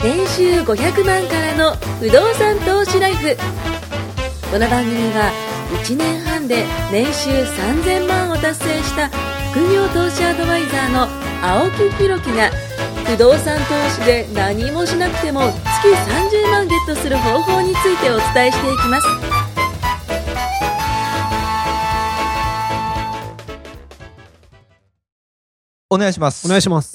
年収500万からの不動産投資ライフ。この番組は1年半で年収3000万を達成した副業投資アドバイザーの青木弘樹が、不動産投資で何もしなくても月30万ゲットする方法についてお伝えしていきます。 お願いします。 お願いします。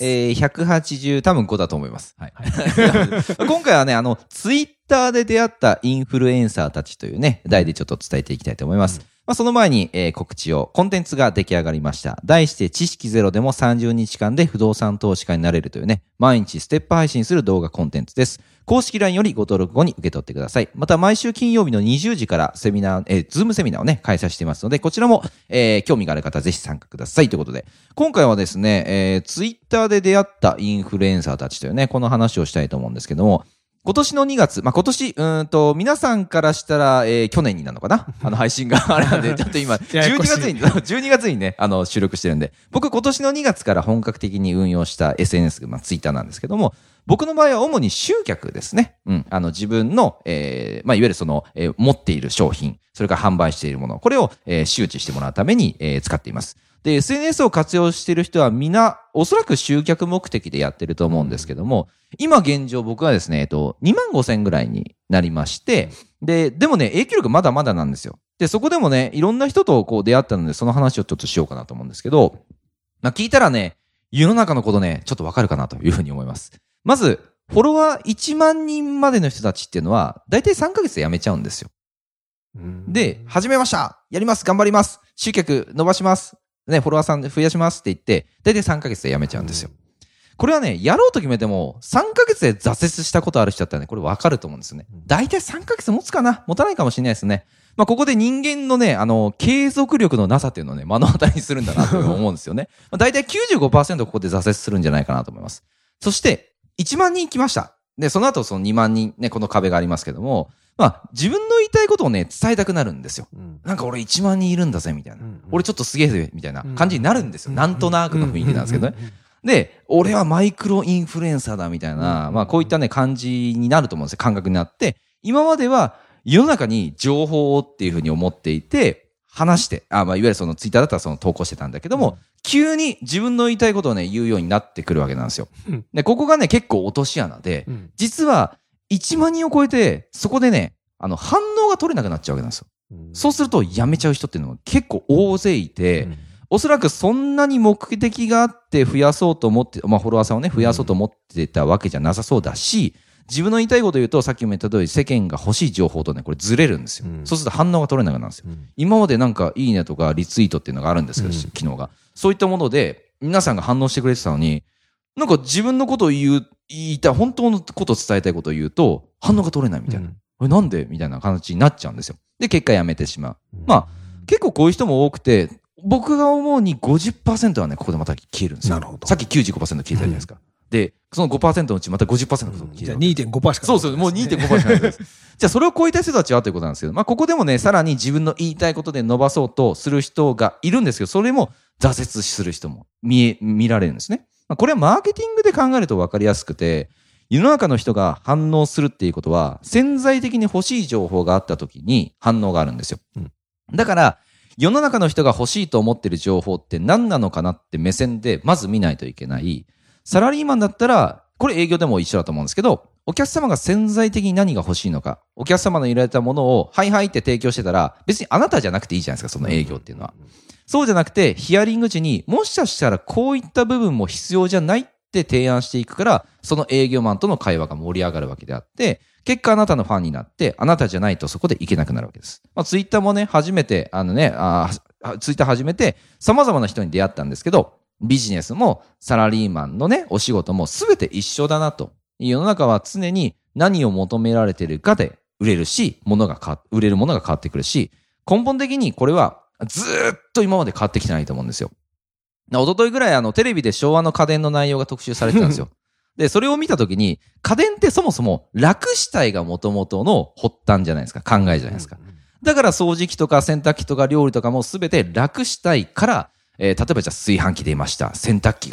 180、多分5だと思います。はい。今回はね、ツイッターで出会ったインフルエンサーたちというね、題でちょっと伝えていきたいと思います。その前に、告知を、コンテンツが出来上がりました。題して、知識ゼロでも30日間で不動産投資家になれるというね、毎日ステップ配信する動画コンテンツです。公式 LINE よりご登録後に受け取ってください。また、毎週金曜日の20時からセミナー、ズームセミナーをね、開催していますので、こちらも、興味がある方、ぜひ参加くださいということで、今回はですね、ツイッターで出会ったインフルエンサーたちというね、この話をしたいと思うんですけども、今年の2月、今年、皆さんからしたら、去年になるのかな配信があれなんで、ちょっと今、12月にね、収録してるんで、僕今年の2月から本格的に運用した SNS、ツイッターなんですけども、僕の場合は主に集客ですね。自分の、いわゆる持っている商品、それから販売しているもの、これを、周知してもらうために、使っています。で、SNS を活用している人はみんな、おそらく集客目的でやってると思うんですけども、今現状僕はですね、25,000ぐらいになりまして、でもね、影響力まだまだなんですよ。で、そこでもね、いろんな人とこう出会ったので、その話をちょっとしようかなと思うんですけど、聞いたらね、世の中のことね、ちょっとわかるかなというふうに思います。まず、フォロワー1万人までの人たちっていうのは、だいたい3ヶ月で辞めちゃうんですよ。で、始めましたやります頑張ります集客伸ばしますね、フォロワーさん増やしますって言って、だいたい3ヶ月で辞めちゃうんですよ。これはね、やろうと決めても、3ヶ月で挫折したことある人だったらね、これ分かると思うんですよね。だいたい3ヶ月持つかな持たないかもしれないですね。ここで人間のね、継続力のなさっていうのをね、目の当たりにするんだなと思うんですよね。だいたい 95% ここで挫折するんじゃないかなと思います。そして、1万人来ました。で、その後その2万人ね、この壁がありますけども、自分の言いたいことをね、伝えたくなるんですよ。なんか俺1万人いるんだぜ、みたいな。俺ちょっとすげえぜ、みたいな感じになるんですよ。なんとなくの雰囲気なんですけどね。で、俺はマイクロインフルエンサーだ、みたいな、こういったね、感じになると思うんですよ。感覚になって。今までは世の中に情報をっていうふうに思っていて、話して、いわゆるそのツイッターだったらその投稿してたんだけども、急に自分の言いたいことをね、言うようになってくるわけなんですよ。で、ここがね、結構落とし穴で、実は1万人を超えて、そこでね、反応が取れなくなっちゃうわけなんですよ。そうすると辞めちゃう人っていうのは結構大勢いて、おそらくそんなに目的があって増やそうと思って、フォロワーさんをね、増やそうと思ってたわけじゃなさそうだし、自分の言いたいことを言うと、さっきも言った通り世間が欲しい情報とね、これずれるんですよ。そうすると反応が取れなくなるんですよ。今までなんかいいねとかリツイートっていうのがあるんですけど、機能が。そういったもので皆さんが反応してくれてたのに、なんか自分のことを言いたい、本当のことを伝えたいことを言うと、反応が取れないみたいな。なんでみたいな形になっちゃうんですよ。で、結果やめてしまう。結構こういう人も多くて、僕が思うに 50% はね、ここでまた消えるんですよ。なるほど。さっき 95% 消えたじゃないですか。で、その 5% のうちまた 50% のこと消える。 じゃあ 2.5% しかない。 そう、もう 2.5% しかないです。じゃあそれを超えた人たちはということなんですけど、ここでもね、さらに自分の言いたいことで伸ばそうとする人がいるんですけど、それも挫折する人も見られるんですね。これはマーケティングで考えると分かりやすくて、世の中の人が反応するっていうことは、潜在的に欲しい情報があった時に反応があるんですよ。だから、世の中の人が欲しいと思っている情報って何なのかなって目線でまず見ないといけない。サラリーマンだったら、これ営業でも一緒だと思うんですけど、お客様が潜在的に何が欲しいのか、お客様の言われたものをはいはいって提供してたら、別にあなたじゃなくていいじゃないですか、その営業っていうのは。そうじゃなくて、ヒアリング時にもしかしたらこういった部分も必要じゃないって提案していくから、その営業マンとの会話が盛り上がるわけであって、結果あなたのファンになって、あなたじゃないとそこでいけなくなるわけです。ツイッターもね、初めて、ツイッター始めて、様々な人に出会ったんですけど、ビジネスもサラリーマンのね、お仕事も全て一緒だなと。世の中は常に何を求められているかで売れるし、売れるものが変わってくるし、根本的にこれはずーっと今まで変わってきてないと思うんですよ。一昨日ぐらいテレビで昭和の家電の内容が特集されてたんですよ。で、それを見たときに、家電ってそもそも楽したいが元々の発端じゃないですか。考えじゃないですか。だから掃除機とか洗濯機とか料理とかも全て楽したいから、例えばじゃあ炊飯器出ました。洗濯機がね、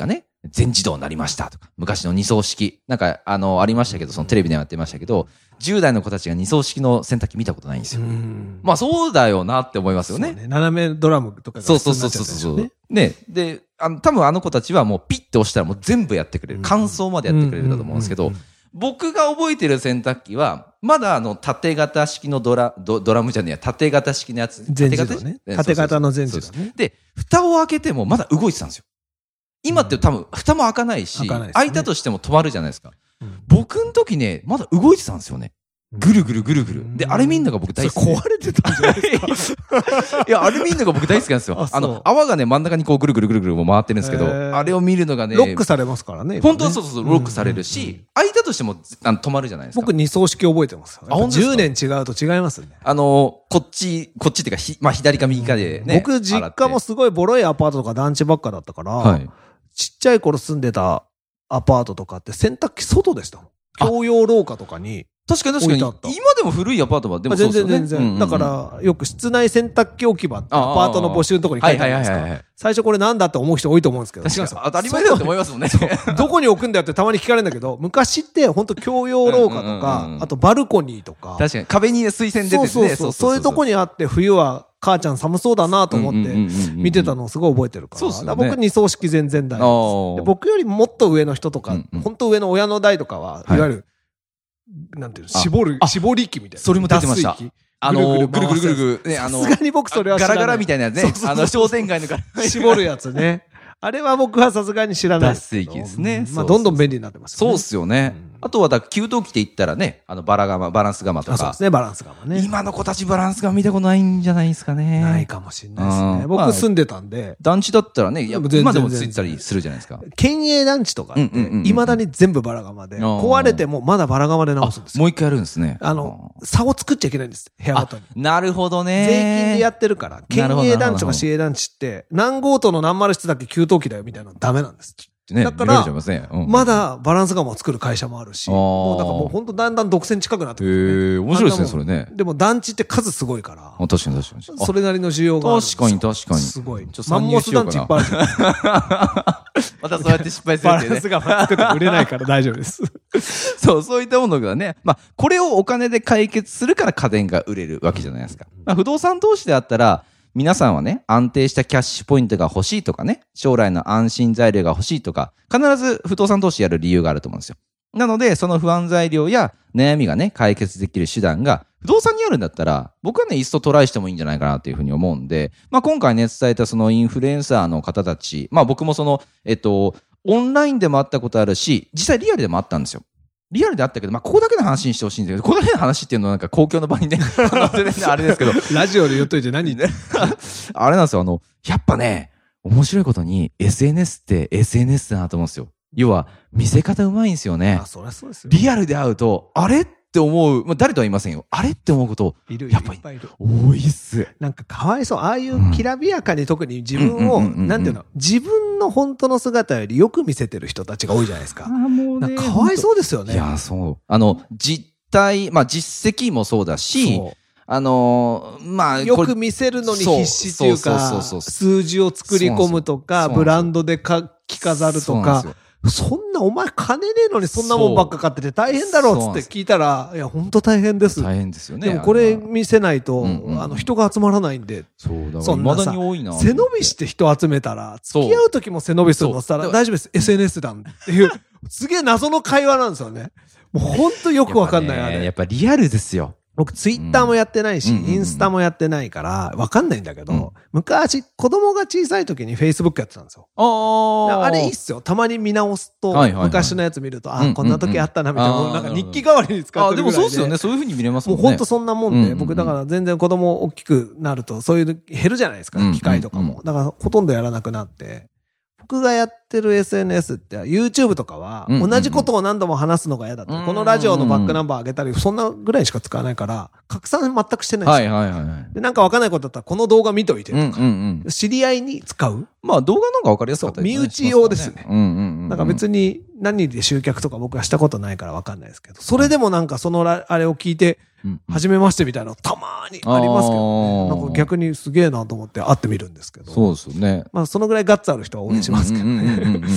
全自動になりましたとか、昔の二層式、なんか、ありましたけど、そのテレビでやってましたけど、10代の子たちが二層式の洗濯機見たことないんですよ。まあそうだよなって思いますよね。 そうね、斜めドラムとかがそうそうそうそう。ね。で、多分あの子たちはもうピッて押したらもう全部やってくれる。乾燥までやってくれるかと思うんですけど、僕が覚えてる洗濯機は、まだ縦型式のドラムじゃねえや、縦型式のやつ。 全自動ね。縦型の全自動ね。 で、蓋を開けてもまだ動いてたんですよ。今って多分、蓋も開かないし、開いたとしても止まるじゃないですか。僕の時ね、まだ動いてたんですよね。ぐるぐるぐるぐる。で、あれ見んのが僕大好き。 壊れてたんじゃないですかいや、あれ見んのが僕大好きなんですよ。泡がね、真ん中にこうぐるぐるぐるぐる回ってるんですけど、あれを見るのがね。 ロックされますからね。 本当はそうそう、ロックされるし、開いたとしても止まるじゃないですか。 僕二層式覚えてます。10年違うと違いますね。 こっちっていうか、まあ左か右かでね。 僕実家もすごいボロいアパートとか団地ばっかだったから、ちっちゃい頃住んでたアパートとかって洗濯機外でしたもん。共用廊下とかに。 確かに。今でも古いアパートはでもそうですよね。 全然。だから、よく室内洗濯機置き場ってアパートの募集のところに書いてあるんですか。最初これなんだって思う人多いと思うんですけど。 確かに当たり前だと思いますもんね。 どこに置くんだよってたまに聞かれるんだけど、昔って本当共用廊下とか、あとバルコニーとか。 確かに壁に水栓出ててね。 そういうとこにあって冬は母ちゃん寒そうだなと思って見てたのをすごい覚えてるから。僕二層式全然大丈夫です。僕よりもっと上の人とか、本当上の親の代とかは、いわゆるなんていうの、絞り機みたいな。 それも出てました。ぐるぐるぐるぐる。 さすがに僕それは知らない。 ガラガラみたいなやつね。商店街のガラ。 絞るやつね。あれは僕はさすがに知らない。 脱水機ですね。 まあどんどん便利になってますよね。 そうっすよね。あとは給湯器って言ったらね、バランス釜とか。 そうですね、バランス釜ね。 今の子たちバランス釜見たことないんじゃないですかね。 ないかもしれないですね。僕住んでたんで。 団地だったらね、今でもついてたりするじゃないですか。 県営団地とかって、未だに全部バラ釜で、壊れてもまだバラ釜で直すんですよ。 もう一回やるんですね。 差を作っちゃいけないんです。部屋ごとに。 なるほどね。 税金でやってるから、県営団地とか市営団地って、何号棟の何丸室だけ給湯器だよみたいなのダメなんです。だから、まだバランス釜を作る会社もあるし、もうだからもう本当だんだん独占近くなってくる。 面白いですね、それね。 でも団地って数すごいから。 確かに。 それなりの需要がある。 確かに。 すごい。マンモス団地いっぱいある。 またそうやって失敗するってね。 バランス釜作って売れないから大丈夫です。 そういったものがね、まあ、これをお金で解決するから家電が売れるわけじゃないですか。まあ、不動産投資であったら、皆さんはね、安定したキャッシュポイントが欲しいとかね、将来の安心材料が欲しいとか、必ず不動産投資やる理由があると思うんですよ。なので、その不安材料や悩みがね、解決できる手段が不動産にあるんだったら、僕はね、いっそトライしてもいいんじゃないかなというふうに思うんで、まあ今回ね、伝えたそのインフルエンサーの方たち、まあ僕もその、オンラインでも会ったことあるし、実際リアルでもあったんですよ。リアルであったけど、まあ、ここだけの話にしてほしいんですけど、ここだけの話っていうのはなんか公共の場にね、全然あれですけど。 ラジオで言っといて何言ってあれなんですよ、やっぱね、面白いことに SNS って SNS だなと思うんですよ。要は、見せ方うまいんですよね。 そりゃそうですよ。 リアルで会うと、あれって思う、まあ、誰とは言いませんよ。あれって思うこと、やっぱり多いっす。 なんかかわいそう。ああいうきらびやかに特に自分を、なんていうの、自分の本当の姿よりよく見せてる人たちが多いじゃないですか。 もうね。 かわいそうですよね。 いや、そう。実態、まあ、実績もそうだし、まあ、 よく見せるのに必死っていうか、数字を作り込むとか、ブランドで着飾るとか、そんなお前金ねえのにそんなもんばっか買ってて大変だろっつって聞いたら、いや、本当大変です。 大変ですよね。 でもこれ見せないと、人が集まらないんで。 そうだ、そんなさ、 背伸びして人集めたら、付き合う時も背伸びするのしたら大丈夫です。SNS だっていう、すげえ謎の会話なんですよね。もう本当よくわかんないあれ。 やっぱリアルですよ。 僕、ツイッターもやってないし、インスタもやってないから、わかんないんだけど、昔、子供が小さい時に Facebook やってたんですよ。あれいいっすよ。たまに見直すと、昔のやつ見ると、こんな時あったな、みたいな。なんか日記代わりに使ってるぐらいで。 でもそうですよね。そういう風に見れますもんね。 もうほんとそんなもんで、僕だから全然子供大きくなると、そういう減るじゃないですか、機械とかも。だからほとんどやらなくなって。僕がやってる SNS って YouTube とかは同じことを何度も話すのが嫌だって、このラジオのバックナンバー上げたりそんなぐらいしか使わないから拡散全くしてないんですよ。でなんか分かんないことだったらこの動画見といてとか、知り合いに使う。 まあ動画の方が分かりやすかったですね。 身内用ですね。なんか別に何で集客とか僕はしたことないから分かんないですけど、それでもなんかそのあれを聞いて初めましてみたいなたまーにありますけどね。なんか逆にすげえなと思って会ってみるんですけど。 そうですよね。 まあそのぐらいガッツある人は応援しますけどね。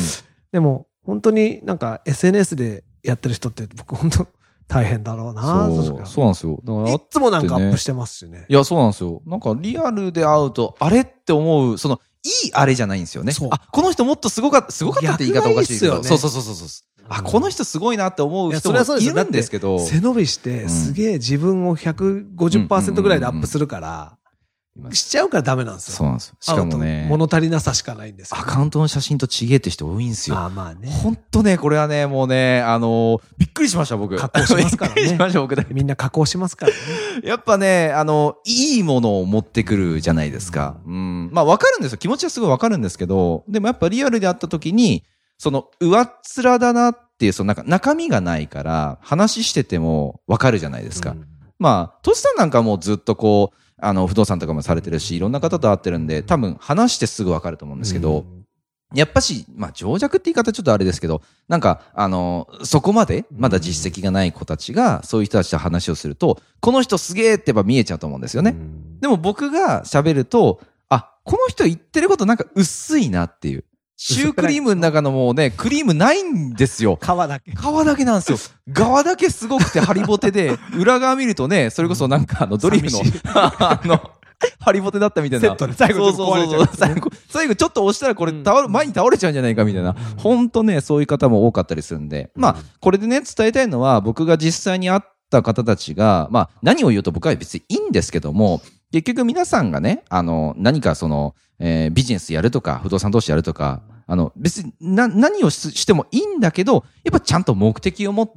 でも、本当になんか SNS でやってる人って僕本当大変だろうな。 そうなんですよ。だからいつもなんかアップしてますしね。 いや、そうなんですよ。なんかリアルで会うと、あれって思う、いいあれじゃないんですよね。あ、この人もっとすごかったって言い方おかしいけど。そう。あ、この人すごいなって思う人もいるんですけど。 背伸びして、すげえ自分を 150% ぐらいでアップするから、しちゃうからダメなんですよ。 そうなんですよ。しかもね。 物足りなさしかないんですよ。 アカウントの写真とちげえって人多いんですよ。 まあね。 ほんとね、これはね、もうね、びっくりしました、僕。 加工しますからね。 びっくりしました、僕。 みんな加工しますからね。 やっぱね、いいものを持ってくるじゃないですか。まあわかるんですよ。気持ちはすごいわかるんですけど、でもやっぱリアルで会った時に、上っ面だなっていう、なんか中身がないから、話しててもわかるじゃないですか。まあ、トシさんなんかもずっとこう、不動産とかもされてるし、いろんな方と会ってるんで、多分話してすぐわかると思うんですけど、やっぱし、まあ、情弱って言い方ちょっとあれですけど、なんか、そこまで、まだ実績がない子たちが、そういう人たちと話をすると、この人すげーってやっぱ見えちゃうと思うんですよね。でも僕が喋ると、あ、この人言ってることなんか薄いなっていう。シュークリームの中のもうね、クリームないんですよ。 皮だけ。 皮だけなんですよ。側だけすごくてハリボテで、裏側見るとね、それこそなんかドリフの、ハリボテだったみたいな。 セットで最後壊れちゃう。 最後ちょっと押したらこれ前に倒れちゃうんじゃないかみたいな。ほんとね、そういう方も多かったりするんで。まあ、これでね、伝えたいのは、僕が実際に会った方たちが、まあ、何を言うと僕は別にいいんですけども、結局皆さんがね、何かビジネスやるとか、不動産投資やるとか、別に何をしてもいいんだけど、やっぱちゃんと目的を持って、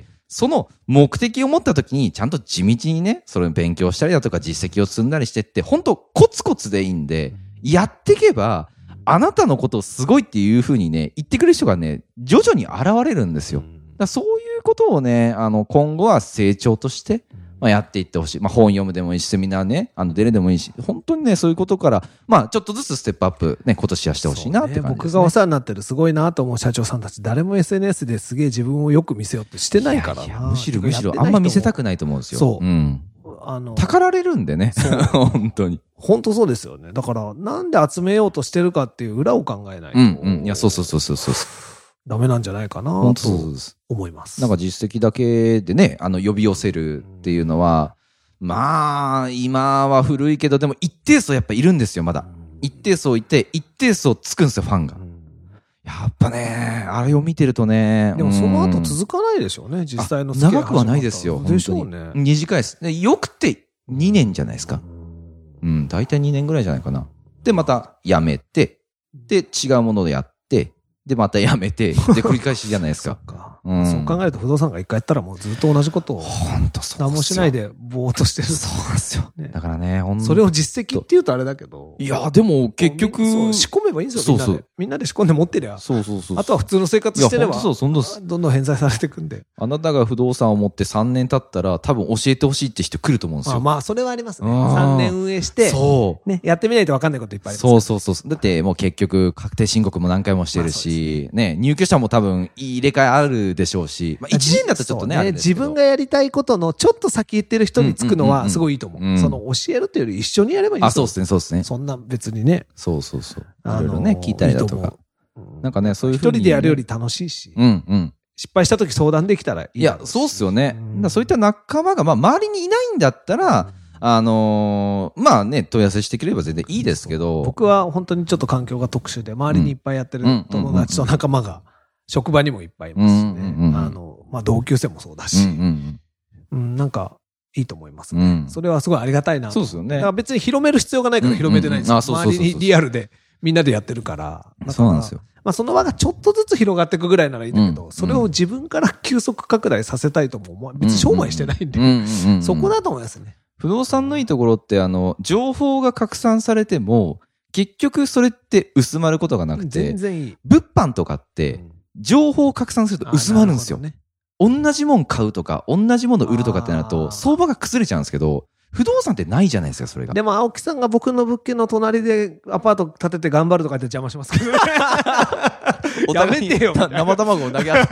その目的を持った時にちゃんと地道にね、それを勉強したりだとか実績を積んだりしてって、本当コツコツでいいんで、やっていけば、あなたのことをすごいっていう風にね、言ってくれる人がね、徐々に現れるんですよ。だそういうことをね、今後は成長として、まあ、やっていってほしい。まあ、本読むでもいいし、セミナーね、出るでもいいし、本当にね、そういうことから、まあ、ちょっとずつステップアップ、ね、今年はしてほしいなって感じですね。 僕がお世話になってるすごいなと思う社長さんたち、誰も SNS ですげえ自分をよく見せようってしてないからな。 いやむしろ、あんま見せたくないと思うんですよ。 そう。 たかられるんでね。本当に。 本当そうですよね。だから、なんで集めようとしてるかっていう裏を考えないと。 いや、そう。 ダメなんじゃないかなと思います。 なんか実績だけでね、呼び寄せるっていうのは、まあ、今は古いけど、でも一定数やっぱいるんですよ、まだ。一定数いて、一定数つくんですよ、ファンが。やっぱね、あれを見てるとね。 でもその後続かないでしょうね、実際の長くはないですよ。 でしょうね。 短いです。よくて2年じゃないですか。大体2年ぐらいじゃないかな。で、またやめて、で、違うものでやって、で、またやめて、で、繰り返しじゃないですか。 そう考えると不動産が一回やったらもうずっと同じことを。 本当そう。 何もしないでぼーっとしてる。 そうなんですよ。だからね、 それを実績って言うとあれだけど。 いや、でも結局。 仕込めばいいんですよ、みんなで仕込んで持ってりゃ。 そう。 あとは普通の生活してれば。 そう、 どんどん返済されていくんで。 あなたが不動産を持って3年経ったら多分教えてほしいって人来ると思うんですよ。 まあ、それはありますね。3年運営して。そう。ね、やってみないと分かんないこといっぱいあります。 そう。だってもう結局確定申告も何回もしてるし、ね、入居者も多分入れ替えあるでしょうし、1年だとちょっとね、 自分がやりたいことのちょっと先言ってる人につくのはすごいいいと思う。その教えるというより一緒にやればいいんですよ。 そうですね。 そんな別にね。 そう。いろいろね、聞いたりだとか。なんかね、そういうふうに。 一人でやるより楽しいし。失敗した時相談できたらいい。 いや、そうっすよね。そういった仲間が、まあ、周りにいないんだったら、まあね、問い合わせしてくれれば全然いいですけど。 僕は本当にちょっと環境が特殊で、周りにいっぱいやってる友達と仲間が、職場にもいっぱいいますしね。まあ同級生もそうだし。なんか、いいと思いますね。それはすごいありがたいな。 そうですよね。 だから別に広める必要がないから広めてないんですよ。周りにリアルでみんなでやってるから。 そうなんですよ。 まあその輪がちょっとずつ広がっていくぐらいならいいんだけど、それを自分から急速拡大させたいとも、別に商売してないんで、そこだと思いますね。 不動産のいいところって、情報が拡散されても、結局それって薄まることがなくて、 全然いい。 物販とかって、情報を拡散すると薄まるんですよ。同じもん買うとか、同じもの売るとかってなると、相場が崩れちゃうんですけど、不動産ってないじゃないですか、それが。 でも、青木さんが僕の物件の隣でアパート建てて頑張るとかって邪魔しますけど。やめてよ。 生卵を投げ合って。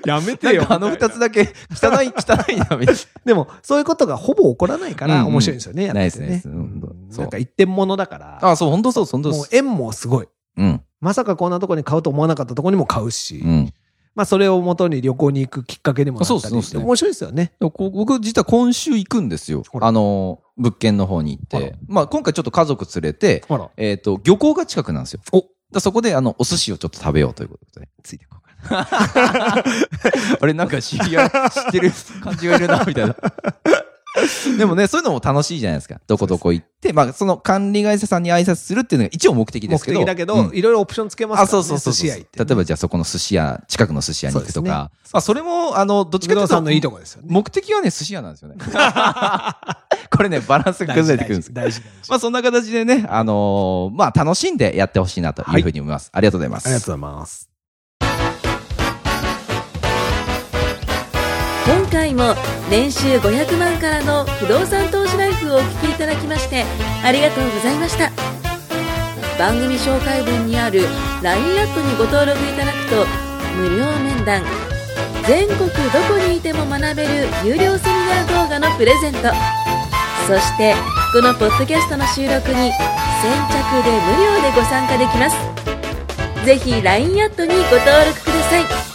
やめてよ。 あの二つだけ汚いな、みたいな。 でも、そういうことがほぼ起こらないから面白いんですよね、やっててね。 ないです。 なんか一点物だから。 そう、本当そう。 もう縁もすごい。 まさかこんなとこに買うと思わなかったとこにも買うし、 うん。 まあそれを元に旅行に行くきっかけにもなったり。 そうですね。 面白いですよね。 僕実は今週行くんですよ。物件の方に行って。まあ今回ちょっと家族連れて、漁港が近くなんですよ。そこでお寿司をちょっと食べようということで。ついていこうかな。あれなんか知ってる感じがいるな、みたいな。でもね、そういうのも楽しいじゃないですか。どこどこ行って、まあ、その管理会社さんに挨拶するっていうのが一応目的ですけど。 目的だけど、いろいろオプションつけますからね。 そう。寿司屋行って。例えばじゃあそこの寿司屋、近くの寿司屋に行くとか。まあ、それも、どっちかというと。 さんのいいとこですよね。 目的はね、寿司屋なんですよね。これね、バランスが崩れてくるんです。 大事。 まあ、そんな形でね、まあ、楽しんでやってほしいなというふうに思います。ありがとうございます。 ありがとうございます。 今回も年収500万からの不動産投資ライフをお聞きいただきましてありがとうございました。番組紹介文にある LINE アットにご登録いただくと無料面談、全国どこにいても学べる有料セミナー動画のプレゼント、そしてこのポッドキャストの収録に先着で無料でご参加できます。ぜひ LINE アットにご登録ください。